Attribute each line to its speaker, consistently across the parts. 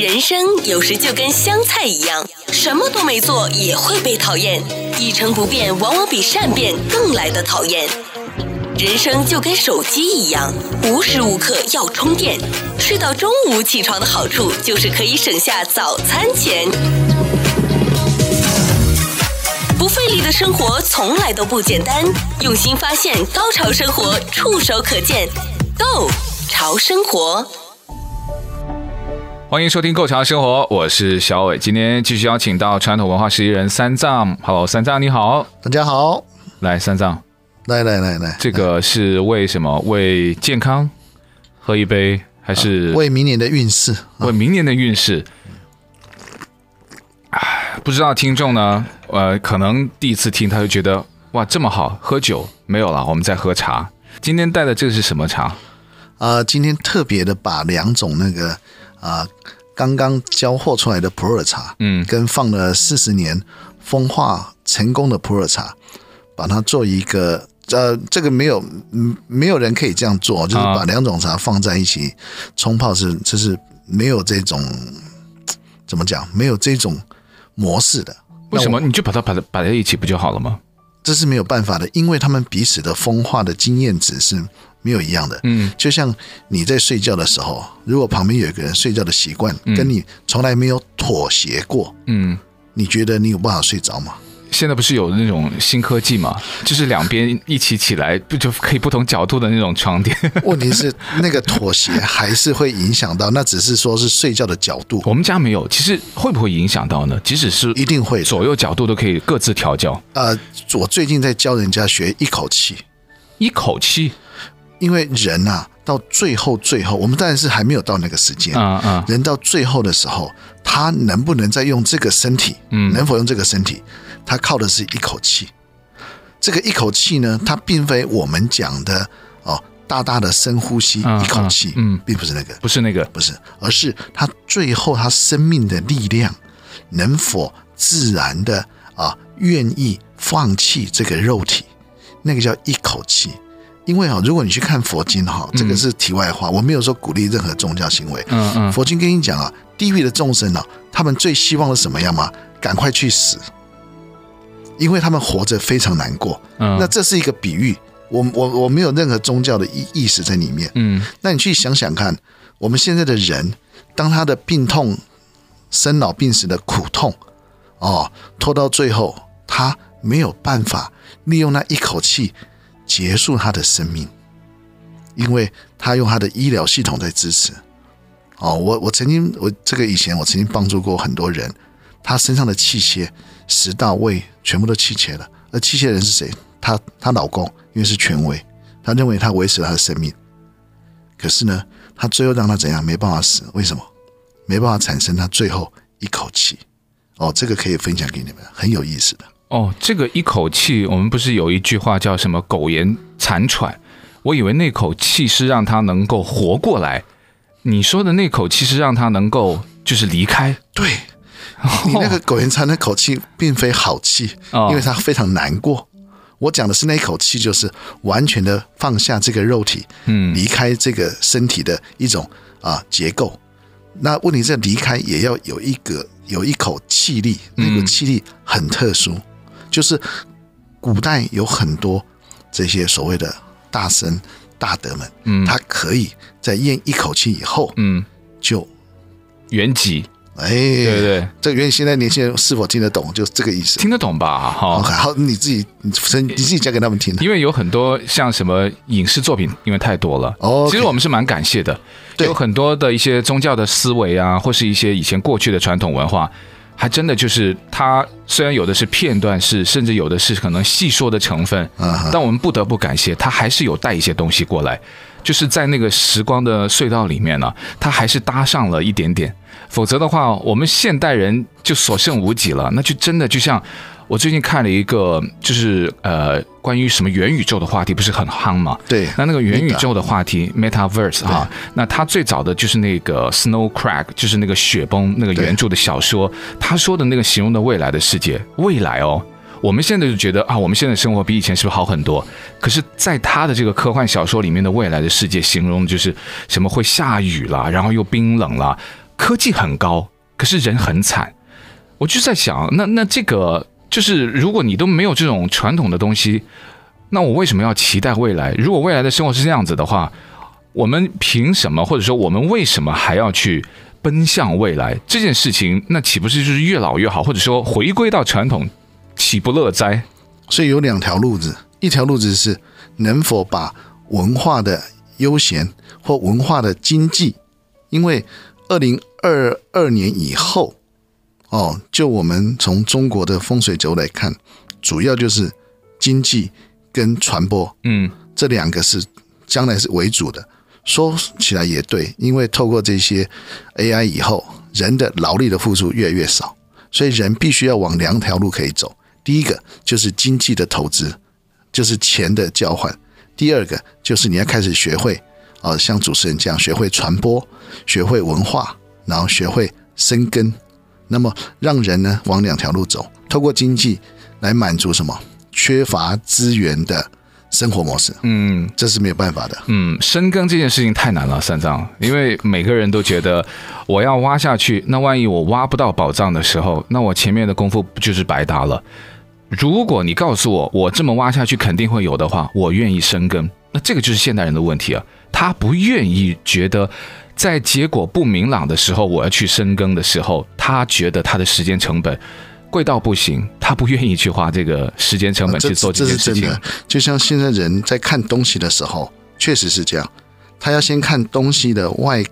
Speaker 1: 人生有时就跟香菜一样，什么都没做也会被讨厌，一成不变往往比善变更来得讨厌。人生就跟手机一样，无时无刻要充电，睡到中午起床的好处就是可以省下早餐钱。不费力的生活从来都不简单，用心发现，高潮生活触手可见 Go 潮生活。
Speaker 2: 欢迎收听《购潮生活》，我是小伟。今天继续邀请到传统文化实习人三藏。Hello， 三藏你好。
Speaker 3: 大家好。
Speaker 2: 来，三藏，
Speaker 3: 来，
Speaker 2: 这个是为什么？为健康喝一杯，还是
Speaker 3: 为明年的运势？
Speaker 2: 为明年的运势。不知道听众呢，可能第一次听他就觉得哇这么好，喝酒没有了，我们在喝茶。今天带的这个是什么茶？
Speaker 3: 今天特别的把两种那个刚刚交货出来的普洱茶，跟放了40年风化成功的普洱茶，把它做一个这个没有人可以这样做，就是把两种茶放在一起冲泡这是没有这种怎么讲，没有这种模式的。
Speaker 2: 为什么？你就把它摆在一起不就好了吗？
Speaker 3: 这是没有办法的，因为他们彼此的风化的经验值是没有一样的。就像你在睡觉的时候，如果旁边有一个人睡觉的习惯跟你从来没有妥协过，你觉得你有办法睡着吗？现
Speaker 2: 在不是有那种新科技吗？就是两边一起起来，不就可以不同角度的那种床垫？
Speaker 3: 问题是那个妥协还是会影响到，那只是说是睡觉的角度。
Speaker 2: 我们家没有，其实会不会影响到呢？即使是
Speaker 3: 一定会，
Speaker 2: 左右角度都可以各自调教。
Speaker 3: 我最近在教人家学一口气，
Speaker 2: 一口气，
Speaker 3: 因为人啊，到最后，我们当然是还没有到那个时间。人到最后的时候，他能不能再用这个身体？能否用这个身体？他靠的是一口气。这个一口气呢，它并非我们讲的大大的深呼吸一口气，并不是那个，
Speaker 2: 不是那个，
Speaker 3: 不是，而是他最后他生命的力量能否自然的愿意放弃这个肉体，那个叫一口气。因为如果你去看佛经这个是题外话，我没有说鼓励任何宗教行为。佛经跟你讲地狱的众生他们最希望的是什么样吗？赶快去死，因为他们活着非常难过。那这是一个比喻，我没有任何宗教的意识在里面。那你去想想看，我们现在的人，当他的病痛、生老病死的苦痛拖到最后，他没有办法利用那一口气结束他的生命，因为他用他的医疗系统在支持。我以前我曾经帮助过很多人，他身上的气血、食道、胃全部都气切了，而气切的人是谁？他老公，因为是权威，他认为他维持了他的生命，可是呢，他最后让他怎样？没办法死，为什么？没办法产生他最后一口气。这个可以分享给你们，很有意思的。
Speaker 2: 这个一口气，我们不是有一句话叫什么苟延残喘？我以为那口气是让他能够活过来，你说的那口气是让他能够就是离开。
Speaker 3: 对，你那个苟延残喘的口气并非好气，因为他非常难过。我讲的是那口气，就是完全的放下这个肉体，离开这个身体的一种结构。那问题是离开也要有一口气力，那个气力很特殊。就是古代有很多这些所谓的大神大德们，他可以在咽一口气以后，就
Speaker 2: 圆寂。
Speaker 3: 对，这个现在年轻人是否听得懂？就这个意思。
Speaker 2: 听得懂吧？
Speaker 3: 好，你自己讲给他们听。
Speaker 2: 因为有很多像什么影视作品，因为太多了。其实我们是蛮感谢的，有很多的一些宗教的思维或是一些以前过去的传统文化。还真的就是它虽然有的是片段式，甚至有的是可能细说的成分，但我们不得不感谢它还是有带一些东西过来，就是在那个时光的隧道里面它还是搭上了一点点，否则的话我们现代人就所剩无几了。那就真的就像我最近看了一个就是关于什么元宇宙的话题不是很夯吗？
Speaker 3: 对，
Speaker 2: 那个元宇宙的话题 Metaverse 那他最早的就是那个 Snow Crack， 就是那个雪崩那个原著的小说，他说的那个形容的未来的世界，未来我们现在就觉得我们现在生活比以前是不是好很多？可是在他的这个科幻小说里面的未来的世界形容就是什么会下雨啦，然后又冰冷啦， 科技很高，可是人很惨。我就在想，那这个就是如果你都没有这种传统的东西，那我为什么要期待未来？如果未来的生活是这样子的话，我们凭什么，或者说我们为什么还要去奔向未来这件事情？那岂不是就是越老越好，或者说回归到传统，岂不乐哉？
Speaker 3: 所以有2条路子，一条路子是能否把文化的悠闲或文化的经济，因为2022年以后就我们从中国的风水轴来看，主要就是经济跟传播，这2个是将来是为主的。说起来也对，因为透过这些 AI 以后，人的劳力的付出越来越少，所以人必须要往2条路可以走。第一个就是经济的投资，就是钱的交换；第二个就是你要开始学会像主持人这样学会传播，学会文化，然后学会生根。那么让人呢往2条路走，透过经济来满足什么缺乏资源的生活模式，这是没有办法的。
Speaker 2: 深耕这件事情太难了，三藏，因为每个人都觉得我要挖下去，那万一我挖不到宝藏的时候，那我前面的功夫不就是白搭了？如果你告诉我，我这么挖下去肯定会有的话，我愿意深耕。那这个就是现代人的问题啊，他不愿意觉得在结果不明朗的时候，我要去深耕的时候，他觉得他的时间成本贵到不行，他不愿意去花这个时间成本去做这件事情。
Speaker 3: 这是真的，就像现在人在看东西的时候，确实是这样，他要先看东西的外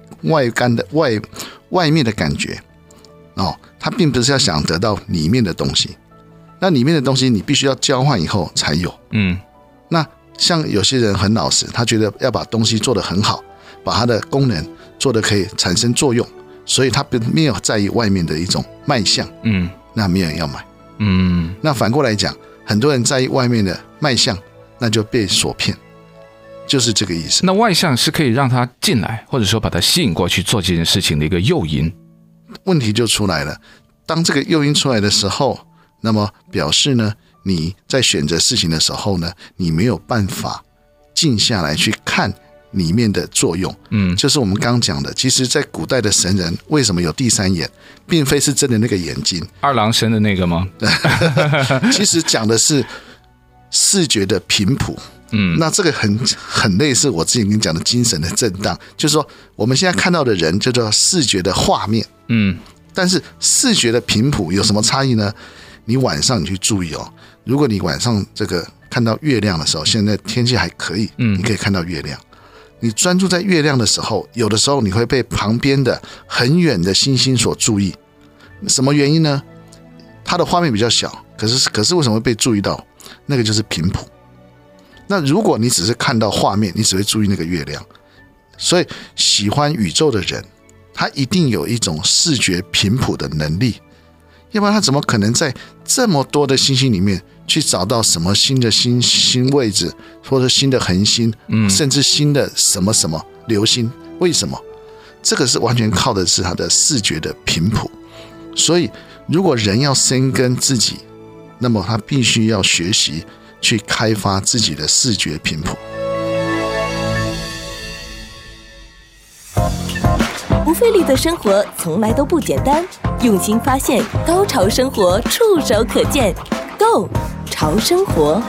Speaker 3: 面的感觉他并不是要想得到里面的东西，那里面的东西你必须要交换以后才有。那像有些人很老实，他觉得要把东西做得很好，把它的功能做得可以产生作用，所以他没有在意外面的一种卖相。那没有人要买。那反过来讲，很多人在意外面的卖相，那就被所骗，就是这个意思。
Speaker 2: 那外向是可以让他进来，或者说把他吸引过去做这件事情的一个诱因。
Speaker 3: 问题就出来了，当这个诱因出来的时候，那么表示呢，你在选择事情的时候呢，你没有办法静下来去看里面的作用。就是我们刚刚讲的，其实在古代的神人为什么有第3眼，并非是真的那个眼睛，
Speaker 2: 二郎神的那个吗？
Speaker 3: 其实讲的是视觉的频谱。那这个很类似我之前跟你讲的精神的震荡，就是说我们现在看到的人叫做视觉的画面。但是视觉的频谱有什么差异呢？你晚上你去注意如果你晚上这个看到月亮的时候，现在天气还可以，你可以看到月亮。你专注在月亮的时候，有的时候你会被旁边的很远的星星所注意。什么原因呢？它的画面比较小，可是为什么会被注意到？那个就是频谱。那如果你只是看到画面，你只会注意那个月亮。所以喜欢宇宙的人，他一定有一种视觉频谱的能力，要不然他怎么可能在这么多的星星里面去找到什么新的星位置，或者新的恒星，甚至新的什么什么流星？为什么？这个是完全靠的是他的视觉的频谱。所以如果人要深耕自己，那么他必须要学习去开发自己的视觉频谱。
Speaker 1: 不费力的生活从来都不简单，用心发现，高潮生活触手可见 Go 潮生活。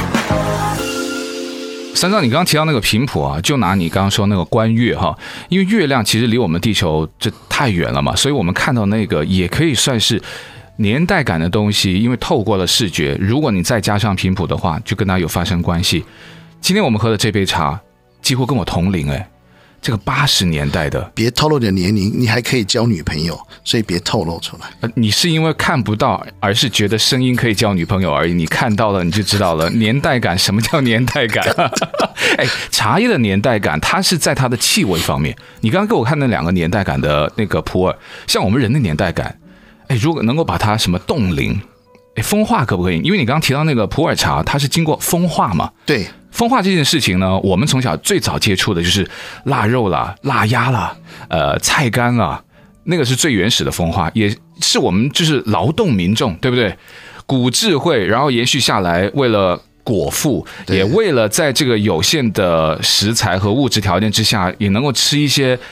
Speaker 2: 三藏，你刚刚提到那个频谱啊，就拿你刚刚说那个观月哈，因为月亮其实离我们地球这太远了嘛，所以我们看到那个也可以算是年代感的东西，因为透过了视觉，如果你再加上频谱的话，就跟它有发生关系。今天我们喝的这杯茶几乎跟我同龄这个80年代的。
Speaker 3: 别透露你的年龄，你还可以交女朋友，所以别透露出来。
Speaker 2: 你是因为看不到，而是觉得声音可以交女朋友而已。你看到了，你就知道了年代感。什么叫年代感？茶叶的年代感，它是在它的气味方面。你刚刚给我看那2个年代感的那个普洱，像我们人的年代感，如果能够把它什么冻龄，风化可不可以？因为你刚刚提到那个普洱茶，它是经过风化嘛？
Speaker 3: 对。
Speaker 2: 风化这件事情呢，我们从小最早接触的就是腊肉啦、腊鸭啦、菜干啦，那个是最原始的风化，也是我们就是劳动民众，对不对？古智慧，然后延续下来，为了果腹，也为了在这个有限的食材和物质条件之下，也能够吃一些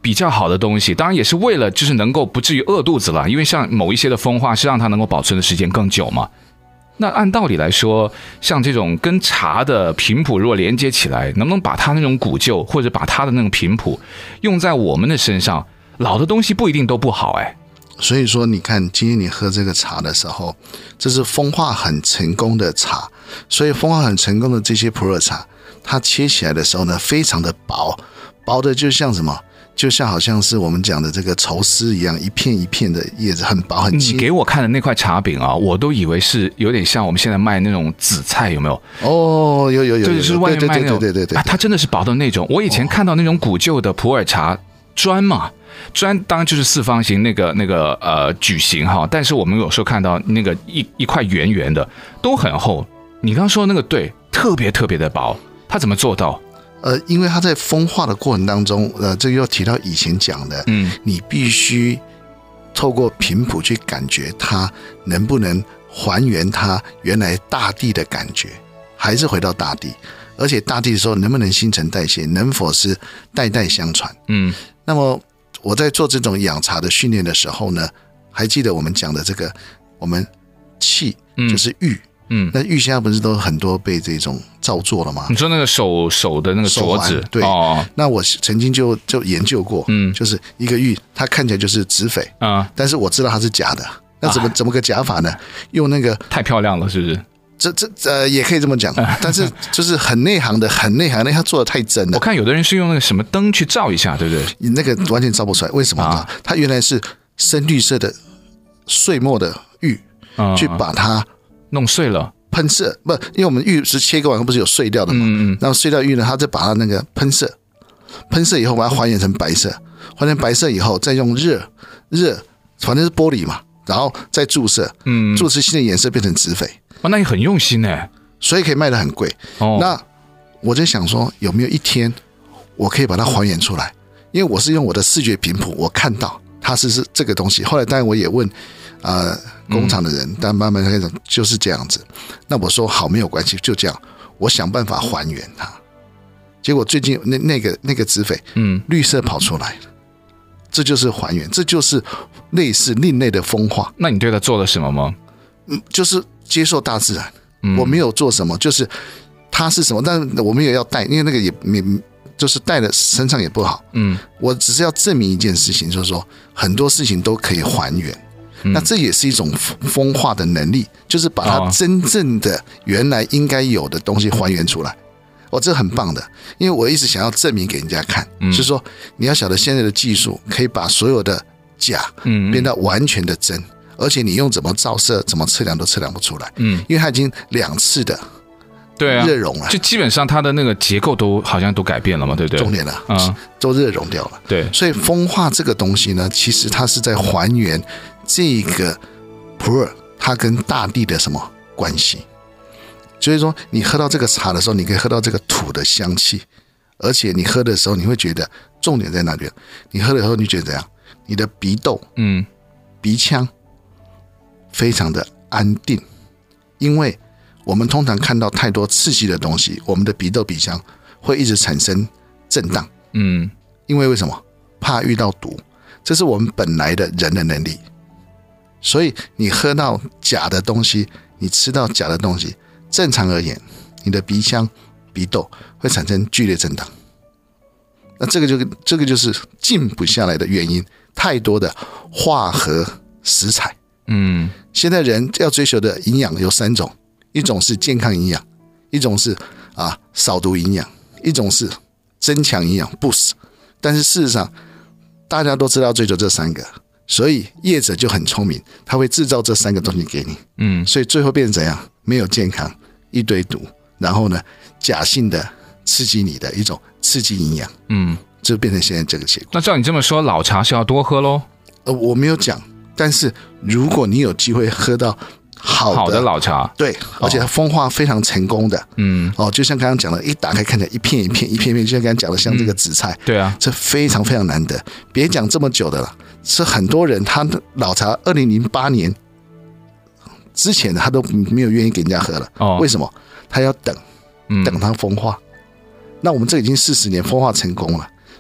Speaker 2: 比较好的东西，当然也是为了就是能够不至于饿肚子了，因为像某一些的风化是让它能够保存的时间更久嘛。那按道理来说，像这种跟茶的频谱如果连接起来，能不能把它那种古旧或者把它的那种频谱用在我们的身上？老的东西不一定都不好哎。
Speaker 3: 所以说，你看今天你喝这个茶的时候，这是风化很成功的茶，所以风化很成功的这些普洱茶，它切起来的时候呢，非常的薄，薄的就像什么？就像好像是我们讲的这个绸丝一样，一片一片的叶子，很薄很轻。
Speaker 2: 你给我看的那块茶饼啊，我都以为是有点像我们现在卖那种紫菜，有没有？
Speaker 3: 哦，有，
Speaker 2: 就是外面卖那种，
Speaker 3: 对，
Speaker 2: 它真的是薄的那种。我以前看到那种古旧的普洱茶砖嘛，砖当然就是四方形那个矩形哈，但是我们有时候看到那个一块圆圆的都很厚。你刚刚说的那个对，特别特别的薄，它怎么做到？
Speaker 3: 因为它在风化的过程当中，这个又提到以前讲的，你必须透过频谱去感觉它能不能还原它原来大地的感觉，还是回到大地，而且大地的时候能不能新陈代谢，能否是代代相传。那么我在做这种养茶的训练的时候呢，还记得我们讲的这个，我们器就是玉。那玉现在不是都很多被这种造作了吗？
Speaker 2: 你说那个手的那个镯子，
Speaker 3: 对，那我曾经就研究过，就是一个玉，它看起来就是紫翡但是我知道它是假的，那怎么个假法呢？用那个
Speaker 2: 太漂亮了，是不是？
Speaker 3: 这也可以这么讲，但是就是很内行的，他做的太真了。
Speaker 2: 我看有的人是用那个什么灯去照一下，对不对？
Speaker 3: 你那个完全照不出来，为什么呢？它原来是深绿色的碎末的玉，去把它
Speaker 2: 弄碎了，
Speaker 3: 喷射不，因为我们玉是切割完不是有碎掉的嘛，然后碎掉玉呢，它再把它那个喷射以后把它还原成白色，还原白色以后再用热，反正是玻璃嘛，然后再注射，注射新的颜色变成紫翡。
Speaker 2: 那也很用心耶，
Speaker 3: 所以可以卖得很贵。那我在想说，有没有一天我可以把它还原出来？因为我是用我的视觉频谱，我看到它是这个东西。后来当然我也问工厂的人，但慢慢开始就是这样子。那我说好，没有关系，就这样，我想办法还原它。结果最近那个紫翡，绿色跑出来了，这就是还原，这就是类似另类的风化。
Speaker 2: 那你对它做了什么吗？
Speaker 3: 就是接受大自然，我没有做什么，就是它是什么，但我没有要带，因为那个也就是带了身上也不好。我只是要证明一件事情，就是说很多事情都可以还原。那这也是一种风化的能力，就是把它真正的原来应该有的东西还原出来。这很棒的，因为我一直想要证明给人家看，就是说你要晓得现在的技术可以把所有的假变到完全的真。而且你用怎么照射、怎么测量都测量不出来，因为它已经2次的热熔了，
Speaker 2: 就基本上它的那个结构都好像都改变了嘛，对不对？
Speaker 3: 重点了，都热熔掉了。
Speaker 2: 对，
Speaker 3: 所以风化这个东西呢，其实它是在还原这个普洱它跟大地的什么关系。所以说，你喝到这个茶的时候，你可以喝到这个土的香气，而且你喝的时候，你会觉得重点在哪边？你喝的时候，你觉得怎样？你的鼻窦、鼻腔。非常的安定，因为我们通常看到太多刺激的东西，我们的鼻窦鼻腔会一直产生震荡。因为什么？怕遇到毒，这是我们本来的人的能力。所以你喝到假的东西，你吃到假的东西，正常而言，你的鼻腔、鼻窦会产生剧烈震荡。那这个就是静不下来的原因，太多的化合食材。现在人要追求的营养有3种，一种是健康营养，一种是少毒营养，一种是增强营养 boost。但是事实上，大家都知道追求这3个，所以业者就很聪明，他会制造这3个东西给你。所以最后变成怎样？没有健康，一堆毒，然后呢，假性的刺激你的一种刺激营养。就变成现在这个结果。
Speaker 2: 那照你这么说，老茶是要多喝咯？
Speaker 3: 我没有讲。但是如果你有机会喝到好的
Speaker 2: 老茶，
Speaker 3: 对，而且它风化非常成功的，就像刚刚讲的，一打开看起来一片一片，就像刚刚讲的，像这个紫菜，
Speaker 2: 对啊，
Speaker 3: 这非常非常难得。别讲这么久的了，是很多人他的老茶2008年之前他都没有愿意给人家喝了。为什么？他要等它风化。那我们这已经40年风化成功了，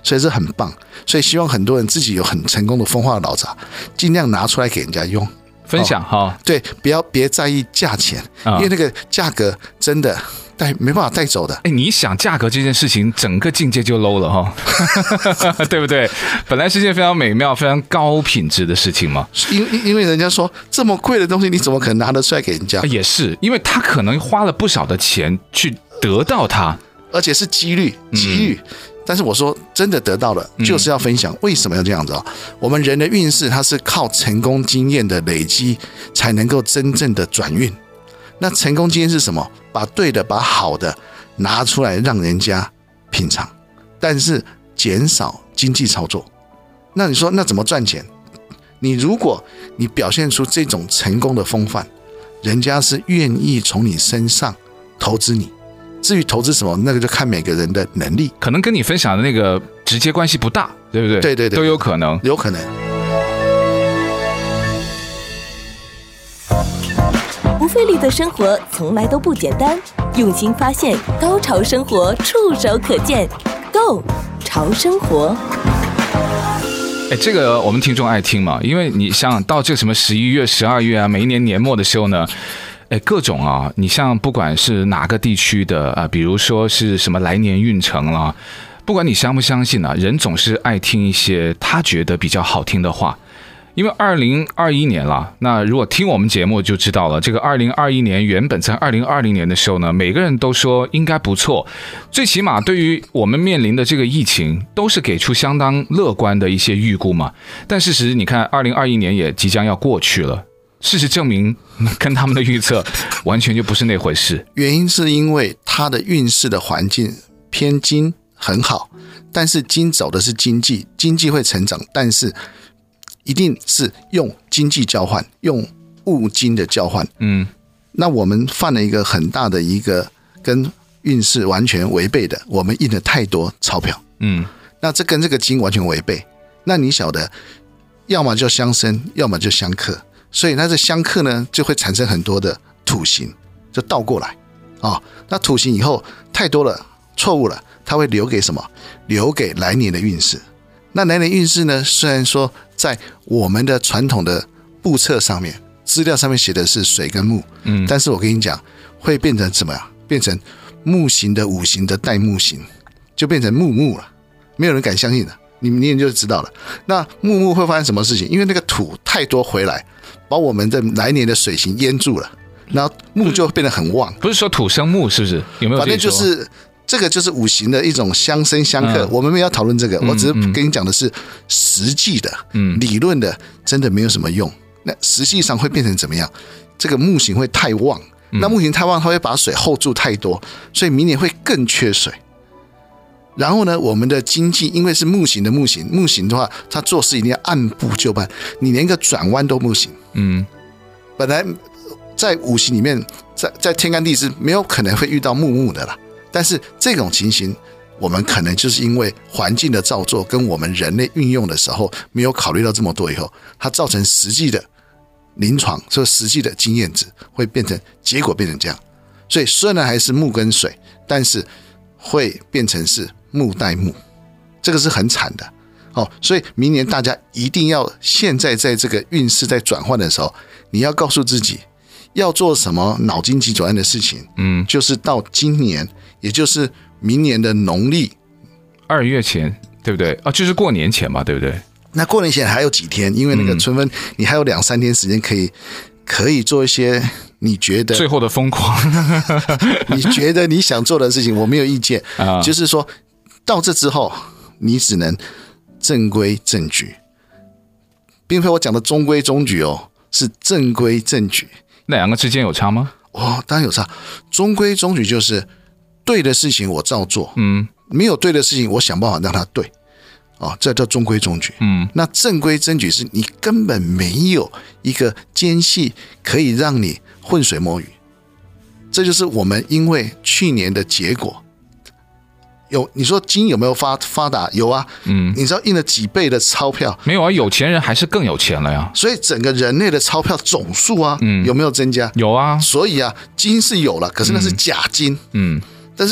Speaker 3: 所以这很棒。所以希望很多人自己有很成功的风化老茶，尽量拿出来给人家用。
Speaker 2: 分享哈，
Speaker 3: 对，别在意价钱，因为那个价格真的没办法带走的。
Speaker 2: 你想价格这件事情，整个境界就 low 了哈，对不对？本来是件非常美妙、非常高品质的事情嘛。
Speaker 3: 因为人家说这么贵的东西，你怎么可能拿得出来给人家？
Speaker 2: 也是，因为他可能花了不少的钱去得到它，
Speaker 3: 而且是几率。但是我说真的得到了，就是要分享。为什么要这样子啊？我们人的运势，它是靠成功经验的累积，才能够真正的转运。那成功经验是什么？把对的、把好的拿出来让人家品尝，但是减少经济操作。那你说那怎么赚钱？如果你表现出这种成功的风范，人家是愿意从你身上投资你。至于投资什么，那个就看每个人的能力，
Speaker 2: 可能跟你分享的那个直接关系不大，对不对？
Speaker 3: 对对对，
Speaker 2: 都有可能，
Speaker 3: 有可能。
Speaker 1: 不费力的生活从来都不简单，用心发现，高潮生活触手可见 ，Go 潮生活。
Speaker 2: 这个我们听众爱听嘛，因为你想到这个什么11月、12月啊，每一年年末的时候呢。各种啊，你像不管是哪个地区的比如说是什么来年运程啦，不管你相不相信啊，人总是爱听一些他觉得比较好听的话。因为2021年了，那如果听我们节目就知道了，这个2021年原本在2020年的时候呢，每个人都说应该不错，最起码对于我们面临的这个疫情，都是给出相当乐观的一些预估嘛。但事实你看，2021年也即将要过去了。事实证明，跟他们的预测完全就不是那回事。
Speaker 3: 原因是因为它的运势的环境偏金很好，但是金走的是经济，经济会成长，但是一定是用经济交换，用物金的交换。那我们犯了一个很大的一个跟运势完全违背的，我们印了太多钞票。那这跟这个金完全违背。那你晓得，要么就相生，要么就相克。所以那这相克呢，就会产生很多的土形，就倒过来那土形以后太多了，错误了，它会留给什么？留给来年的运势。那来年运势呢，虽然说在我们的传统的簿册上面、资料上面写的是水跟木，但是我跟你讲，会变成什么呀？变成木型的五行的带木型，就变成木了，没有人敢相信的。你们就知道了。那木会发生什么事情？因为那个土太多回来，把我们的来年的水型淹住了，然后木就变得很旺。
Speaker 2: 不是说土生木是不是？有没有？
Speaker 3: 反正就是这个就是五行的一种相生相克。我们没有讨论这个，我只是跟你讲的是实际的，理论的真的没有什么用。那实际上会变成怎么样？这个木型会太旺，那木型太旺，它会把水 hold 住太多，所以明年会更缺水。然后呢，我们的经济因为是木型的木型的话，它做事一定要按部就班，你连个转弯都不行。本来在五行里面，在天干地支没有可能会遇到木的啦，但是这种情形，我们可能就是因为环境的造作跟我们人类运用的时候没有考虑到这么多以后，它造成实际的临床，所以实际的经验值会变成结果变成这样。所以虽然还是木跟水，但是会变成是木带木，这个是很惨的所以明年大家一定要现在在这个运势在转换的时候，你要告诉自己要做什么脑筋急转弯的事情。就是到今年，也就是明年的农历
Speaker 2: 2月前，对不对？就是过年前嘛，对不对？
Speaker 3: 那过年前还有几天，因为那个春分，你还有2-3天时间可以做一些你觉得
Speaker 2: 最后的疯狂
Speaker 3: 你觉得你想做的事情，我没有意见就是说到这之后，你只能正规正矩，并非我讲的中规中矩是正规正矩。
Speaker 2: 那两个之间有差吗？
Speaker 3: 当然有差。中规中矩就是对的事情我照做，没有对的事情我想办法让它对，这叫中规中矩。那正规正矩是你根本没有一个间隙可以让你浑水摸鱼。这就是我们因为去年的结果。你说金有没有发达？有啊，你知道印了几倍的钞票？
Speaker 2: 没有啊，有钱人还是更有钱了呀。
Speaker 3: 所以整个人类的钞票总数有没有增加？
Speaker 2: 有啊。
Speaker 3: 所以金是有了，可是那是假金。但是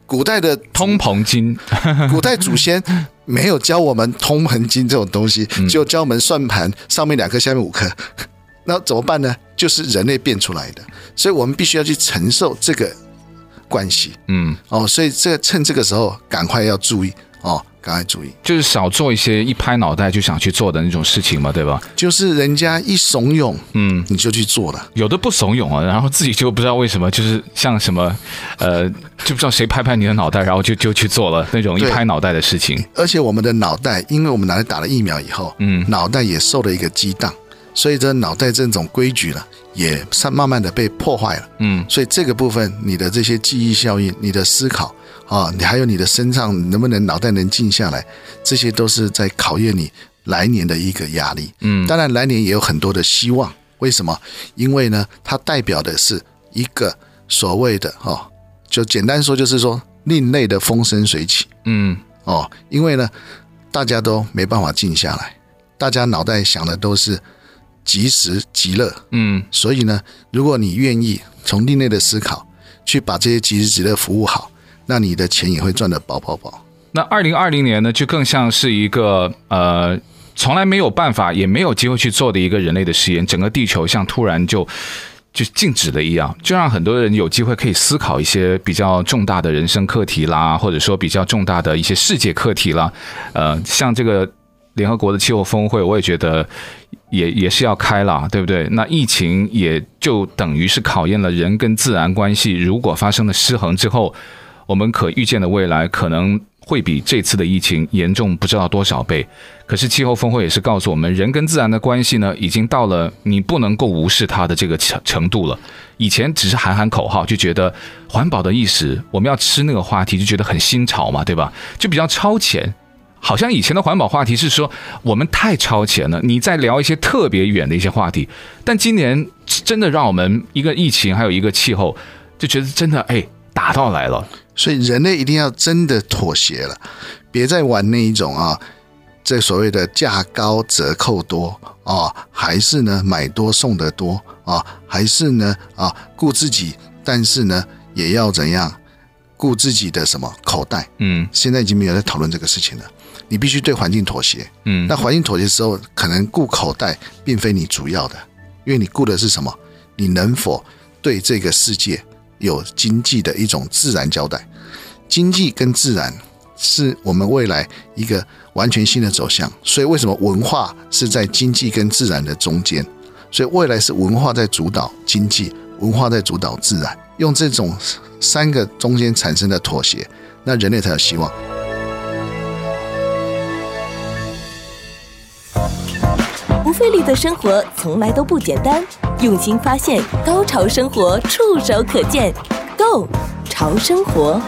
Speaker 3: 古代的
Speaker 2: 通膨经，
Speaker 3: 古代祖先没有教我们通膨经这种东西，就教我们算盘上面2颗下面5颗，那怎么办呢？就是人类变出来的，所以我们必须要去承受这个关系。所以趁这个时候赶快要注意赶快注意，
Speaker 2: 就是少做一些一拍脑袋就想去做的那种事情嘛，对吧？
Speaker 3: 就是人家一怂恿，你就去做了。
Speaker 2: 有的不怂恿啊，然后自己就不知道为什么，就是像什么就不知道谁拍拍你的脑袋，然后就去做了那种一拍脑袋的事情。
Speaker 3: 而且我们的脑袋，因为我们拿来打了疫苗以后，脑袋也受了一个激荡，所以这脑袋这种规矩呢，也慢慢的被破坏了。所以这个部分，你的这些记忆效应，你的思考你还有你的身上能不能脑袋能静下来，这些都是在考验你来年的一个压力。当然来年也有很多的希望。为什么？因为呢，它代表的是一个所谓的就简单说就是说另类的风生水起。因为呢，大家都没办法静下来，大家脑袋想的都是即时即乐。所以呢，如果你愿意从另类的思考去把这些即时即乐服务好，那你的钱也会赚得饱饱饱。
Speaker 2: 那2020年呢，就更像是一个从来没有办法也没有机会去做的一个人类的实验，整个地球像突然就静止了一样，就让很多人有机会可以思考一些比较重大的人生课题啦，或者说比较重大的一些世界课题啦。像这个联合国的气候峰会，我也觉得也是要开了，对不对？那疫情也就等于是考验了人跟自然关系，如果发生了失衡之后，我们可预见的未来可能会比这次的疫情严重不知道多少倍。可是气候峰会也是告诉我们，人跟自然的关系呢，已经到了你不能够无视它的这个程度了。以前只是喊喊口号，就觉得环保的意识，我们要吃那个话题就觉得很新潮嘛，对吧？就比较超前。好像以前的环保话题是说我们太超前了，你在聊一些特别远的一些话题，但今年真的让我们一个疫情还有一个气候就觉得真的打到来了。
Speaker 3: 所以人类一定要真的妥协了，别再玩那一种这所谓的价高折扣多还是呢买多送得多还是呢顾自己，但是呢也要怎样顾自己的什么口袋。现在已经没有在讨论这个事情了，你必须对环境妥协。那环境妥协的时候，可能顾口袋并非你主要的，因为你顾的是什么？你能否对这个世界有经济的一种自然交代？经济跟自然是我们未来一个完全新的走向，所以为什么文化是在经济跟自然的中间？所以未来是文化在主导经济，文化在主导自然，用这种3个中间产生的妥协，那人类才有希望。
Speaker 1: 不费力的生活从来都不简单，用心发现，高潮生活触手可见 Go 潮生活。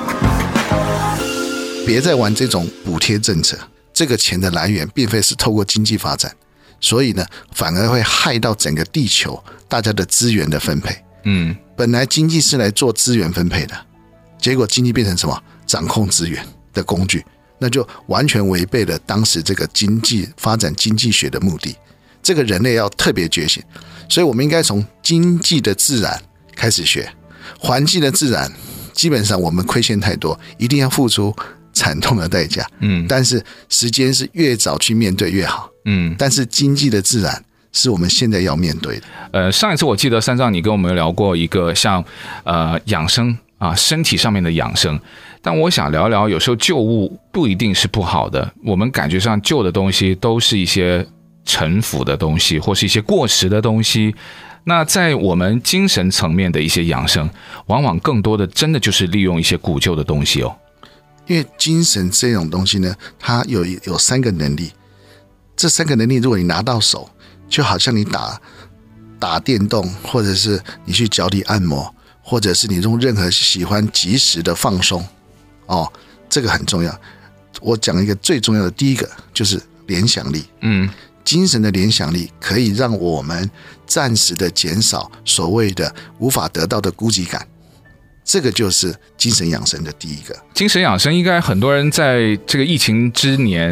Speaker 3: 别再玩这种补贴政策，这个钱的来源并非是透过经济发展，所以呢反而会害到整个地球大家的资源的分配。本来经济是来做资源分配的，结果经济变成什么？掌控资源的工具，那就完全违背了当时这个经济发展经济学的目的。这个人类要特别觉醒，所以我们应该从经济的自然开始学，环境的自然基本上我们亏欠太多，一定要付出惨痛的代价。但是时间是越早去面对越好。但是经济的自然是我们现在要面对的。
Speaker 2: 上一次我记得三藏你跟我们聊过一个像养生身体上面的养生，但我想聊聊，有时候旧物不一定是不好的，我们感觉上旧的东西都是一些陈腐的东西，或是一些过时的东西。那在我们精神层面的一些养生，往往更多的真的就是利用一些古旧的东西哦。
Speaker 3: 因为精神这种东西呢，它有3个能力，这3个能力如果你拿到手，就好像你打电动，或者是你去脚底按摩，或者是你用任何喜欢及时的放松这个很重要。我讲一个最重要的，第一个就是联想力。精神的联想力可以让我们暂时的减少所谓的无法得到的孤寂感，这个就是精神养生的第一个。
Speaker 2: 精神养生应该很多人在这个疫情之年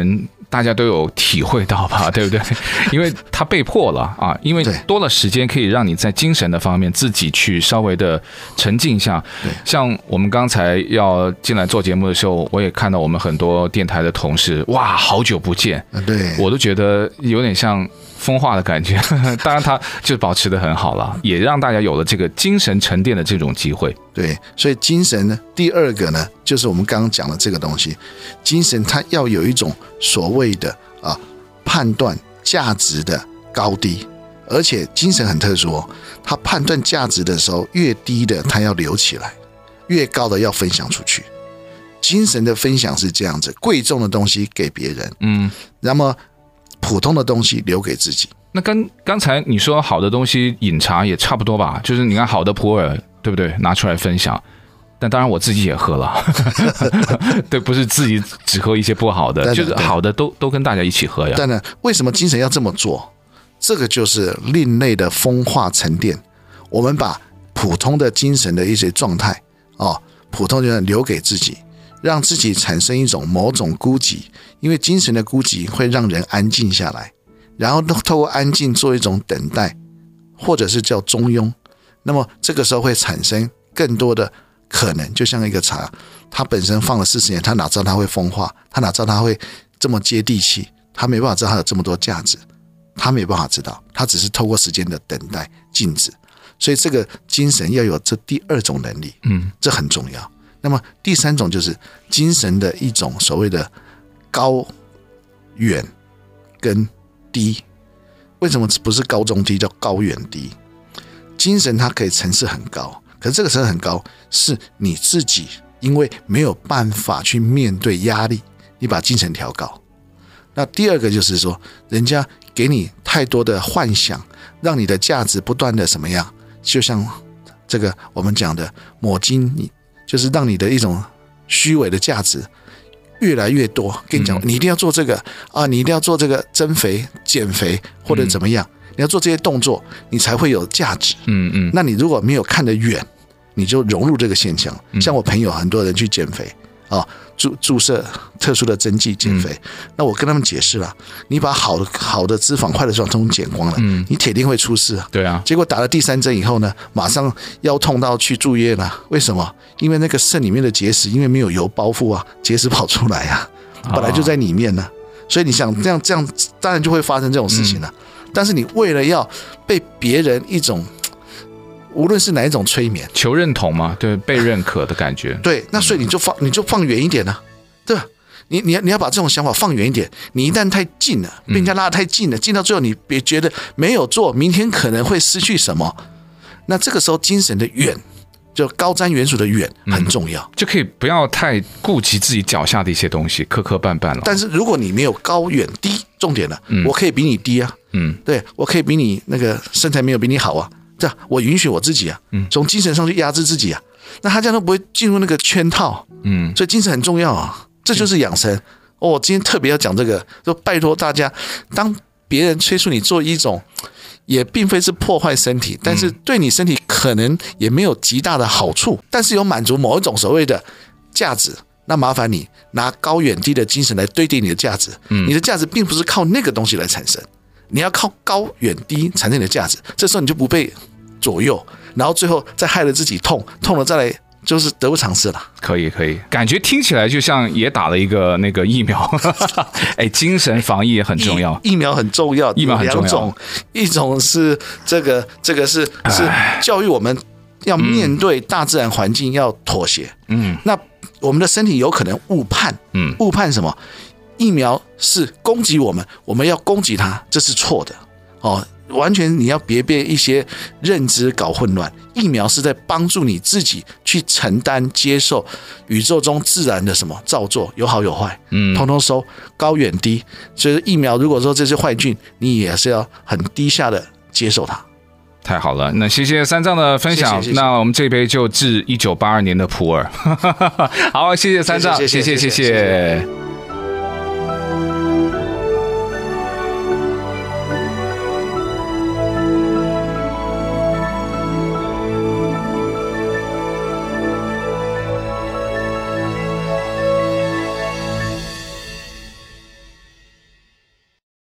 Speaker 2: 大家都有体会到吧，对不对？因为他被迫了啊，因为多了时间可以让你在精神的方面自己去稍微的沉浸一下。像我们刚才要进来做节目的时候，我也看到我们很多电台的同事，哇，好久不见，
Speaker 3: 对，
Speaker 2: 我都觉得有点像风化的感觉。当然他就保持得很好了，也让大家有了这个精神沉淀的这种机会。
Speaker 3: 对，所以精神呢，第二个呢，就是我们刚刚讲的这个东西，精神它要有一种所谓的判断价值的高低，而且精神很特殊哦，它判断价值的时候，越低的它要留起来，越高的要分享出去。精神的分享是这样子，贵重的东西给别人，那么普通的东西留给自己。
Speaker 2: 那跟刚才你说好的东西饮茶也差不多吧，就是你看好的普洱，对不对？拿出来分享，但当然我自己也喝了，对，不是自己只喝一些不好的，就是好的都跟大家一起喝呀。
Speaker 3: 当然，为什么精神要这么做？这个就是另类的风化沉淀。我们把普通的精神的一些状态普通的留给自己，让自己产生一种某种孤寂，因为精神的孤寂会让人安静下来，然后透过安静做一种等待，或者是叫中庸。那么这个时候会产生更多的可能，就像一个茶，它本身放了40年，它哪知道它会风化，它哪知道它会这么接地气，它没办法知道它有这么多价值，它没办法知道，它只是透过时间的等待静止。所以这个精神要有这第二种能力，这很重要。那么第三种就是精神的一种所谓的高远跟低。为什么不是高中低，叫高远低？精神它可以层次很高，可是这个层次很高是你自己因为没有办法去面对压力，你把精神调高。那第二个就是说，人家给你太多的幻想，让你的价值不断的什么样，就像这个我们讲的抹金，就是让你的一种虚伪的价值越来越多，跟你讲你一定要做这个你一定要做这个增肥减肥或者怎么样，你要做这些动作你才会有价值。那你如果没有看得远，你就融入这个现象。像我朋友很多人去减肥注射特殊的针剂减肥，那我跟他们解释了，你把好的脂肪坏的脂肪通通减光了，你铁定会出事啊。
Speaker 2: 对啊，
Speaker 3: 结果打了第3针以后呢，马上腰痛到去住院了。为什么？因为那个肾里面的结石，因为没有油包覆啊，结石跑出来啊，本来就在里面呢。所以你想这样当然就会发生这种事情了。但是你为了要被别人一种无论是哪一种催眠，
Speaker 2: 求认同嘛，对，被认可的感觉。
Speaker 3: 对，那所以你就放远一点啊，对吧？你要把这种想法放远一点。你一旦太近了，被人家拉得太近了，近到最后你别觉得没有做，明天可能会失去什么。那这个时候精神的远，就高瞻远瞩的远很重要，
Speaker 2: 就可以不要太顾及自己脚下的一些东西，磕磕绊绊了。
Speaker 3: 但是如果你没有高远低，重点了，我可以比你低啊，对，我可以比你那个身材没有比你好啊。这样我允许我自己啊，从精神上去压制自己啊，那他这样都不会进入那个圈套。所以精神很重要啊，这就是养生。我今天特别要讲这个，就拜托大家，当别人催促你做一种，也并非是破坏身体，但是对你身体可能也没有极大的好处，但是有满足某一种所谓的价值，那麻烦你拿高远低的精神来堆叠你的价值。你的价值并不是靠那个东西来产生，你要靠高远低产生你的价值，这时候你就不被左右，然后最后再害了自己痛了再来，就是得不偿失了。
Speaker 2: 可以，感觉听起来就像也打了一个那个疫苗。精神防疫也很重要，
Speaker 3: 疫苗很重要，
Speaker 2: 疫苗很重要。
Speaker 3: 2种，一种是这个是教育我们要面对大自然环境要妥协。那我们的身体有可能误判，误判什么？疫苗是攻击我们要攻击它，这是错的完全你要别被一些认知搞混乱。疫苗是在帮助你自己去承担接受宇宙中自然的什么造作，有好有坏，通通收高远低。所以疫苗如果说这是坏菌，你也是要很低下的接受它。
Speaker 2: 太好了，那谢谢三藏的分享。谢谢。那我们这杯就致1982年的普洱。好，谢谢三藏，谢谢。